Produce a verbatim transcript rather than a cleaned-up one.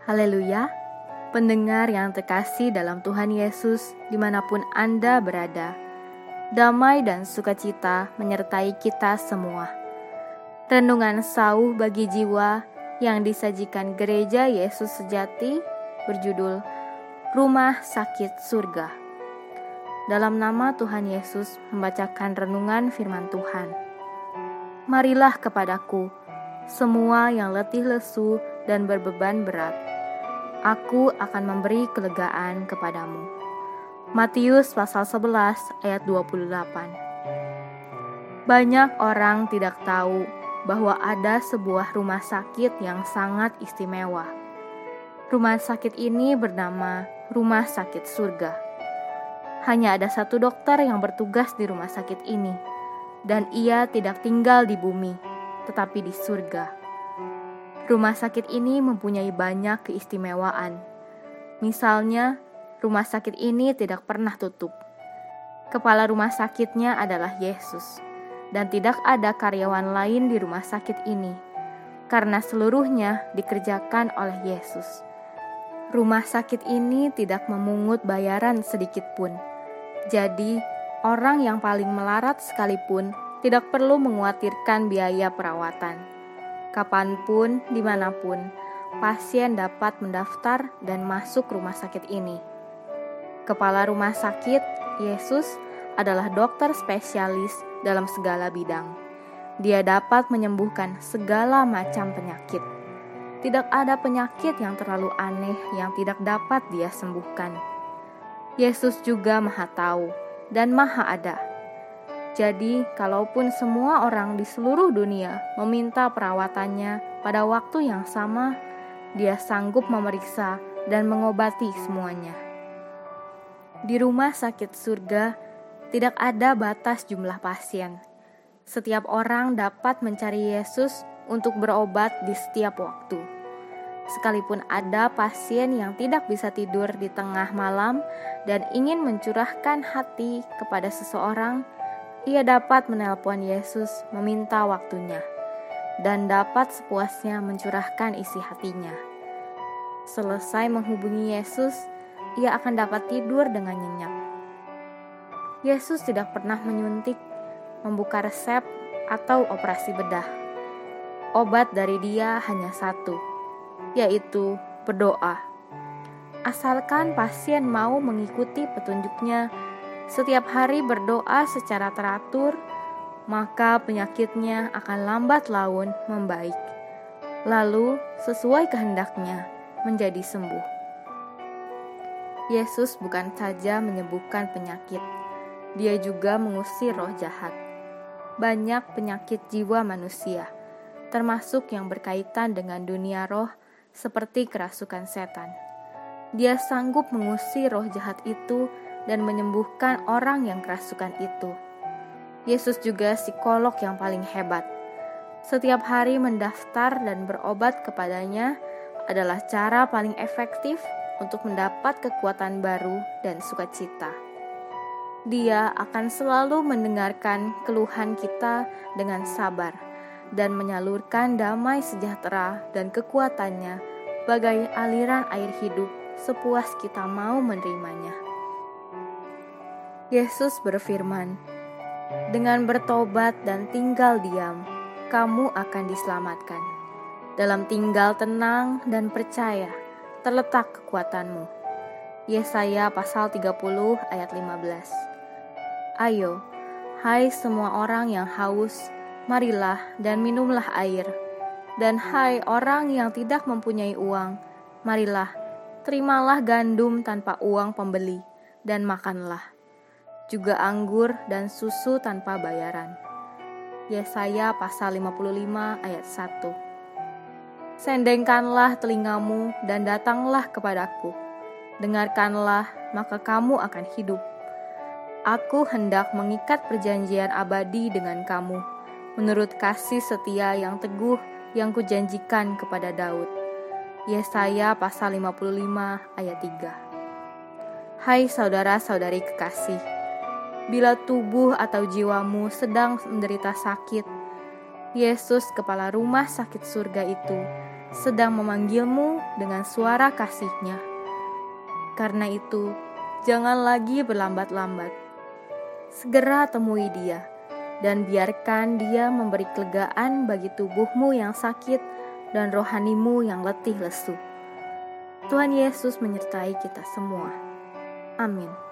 Haleluya, pendengar yang terkasih dalam Tuhan Yesus dimanapun Anda berada. Damai dan sukacita menyertai kita semua. Renungan sauh bagi jiwa yang disajikan Gereja Yesus Sejati berjudul Rumah Sakit Surga. Dalam nama Tuhan Yesus membacakan renungan firman Tuhan. Marilah kepadaku, semua yang letih lesu dan berbeban berat. Aku akan memberi kelegaan kepadamu. Matius pasal sebelas ayat dua puluh delapan. Banyak orang tidak tahu bahwa ada sebuah rumah sakit yang sangat istimewa. Rumah sakit ini bernama Rumah Sakit Surga. Hanya ada satu dokter yang bertugas di rumah sakit ini, dan ia tidak tinggal di bumi, tetapi di surga. Rumah sakit ini mempunyai banyak keistimewaan. Misalnya, rumah sakit ini tidak pernah tutup. Kepala rumah sakitnya adalah Yesus, dan tidak ada karyawan lain di rumah sakit ini, karena seluruhnya dikerjakan oleh Yesus. Rumah sakit ini tidak memungut bayaran sedikit pun. Jadi, orang yang paling melarat sekalipun tidak perlu mengkhawatirkan biaya perawatan. Kapanpun, dimanapun, pasien dapat mendaftar dan masuk rumah sakit ini. Kepala rumah sakit, Yesus, adalah dokter spesialis dalam segala bidang. Dia dapat menyembuhkan segala macam penyakit. Tidak ada penyakit yang terlalu aneh yang tidak dapat dia sembuhkan. Yesus juga Maha Tahu dan Maha Ada. Jadi, kalaupun semua orang di seluruh dunia meminta perawatannya pada waktu yang sama, dia sanggup memeriksa dan mengobati semuanya. Di rumah sakit surga, tidak ada batas jumlah pasien. Setiap orang dapat mencari Yesus untuk berobat di setiap waktu. Sekalipun ada pasien yang tidak bisa tidur di tengah malam dan ingin mencurahkan hati kepada seseorang, ia dapat menelpon Yesus meminta waktunya, dan dapat sepuasnya mencurahkan isi hatinya. Selesai menghubungi Yesus, ia akan dapat tidur dengan nyenyak. Yesus tidak pernah menyuntik, membuka resep, atau operasi bedah. Obat dari Dia hanya satu, yaitu berdoa. Asalkan pasien mau mengikuti petunjuknya, setiap hari berdoa secara teratur, maka penyakitnya akan lambat laun membaik. Lalu, sesuai kehendaknya, menjadi sembuh. Yesus bukan saja menyembuhkan penyakit, Dia juga mengusir roh jahat. Banyak penyakit jiwa manusia, termasuk yang berkaitan dengan dunia roh, seperti kerasukan setan. Dia sanggup mengusir roh jahat itu dan menyembuhkan orang yang kerasukan itu. Yesus juga psikolog yang paling hebat. Setiap hari mendaftar dan berobat kepadanya adalah cara paling efektif untuk mendapat kekuatan baru dan sukacita. Dia akan selalu mendengarkan keluhan kita dengan sabar dan menyalurkan damai sejahtera dan kekuatannya bagai aliran air hidup sepuas kita mau menerimanya. Yesus berfirman, "Dengan bertobat dan tinggal diam, kamu akan diselamatkan. Dalam tinggal tenang dan percaya, terletak kekuatanmu." Yesaya pasal tiga puluh ayat lima belas. Ayo, hai semua orang yang haus, marilah dan minumlah air. Dan hai orang yang tidak mempunyai uang, marilah, terimalah gandum tanpa uang pembeli, dan makanlah. Juga anggur dan susu tanpa bayaran. Yesaya pasal lima puluh lima ayat satu. Sendengkanlah telingamu dan datanglah kepadaku. Dengarkanlah, maka kamu akan hidup. Aku hendak mengikat perjanjian abadi dengan kamu, menurut kasih setia yang teguh yang kujanjikan kepada Daud. Yesaya pasal lima puluh lima ayat tiga. Hai saudara-saudari kekasih, bila tubuh atau jiwamu sedang menderita sakit, Yesus, kepala rumah sakit surga itu, sedang memanggilmu dengan suara kasih-Nya. Karena itu, jangan lagi berlambat-lambat. Segera temui Dia, dan biarkan Dia memberi kelegaan bagi tubuhmu yang sakit dan rohanimu yang letih lesu. Tuhan Yesus menyertai kita semua. Amin.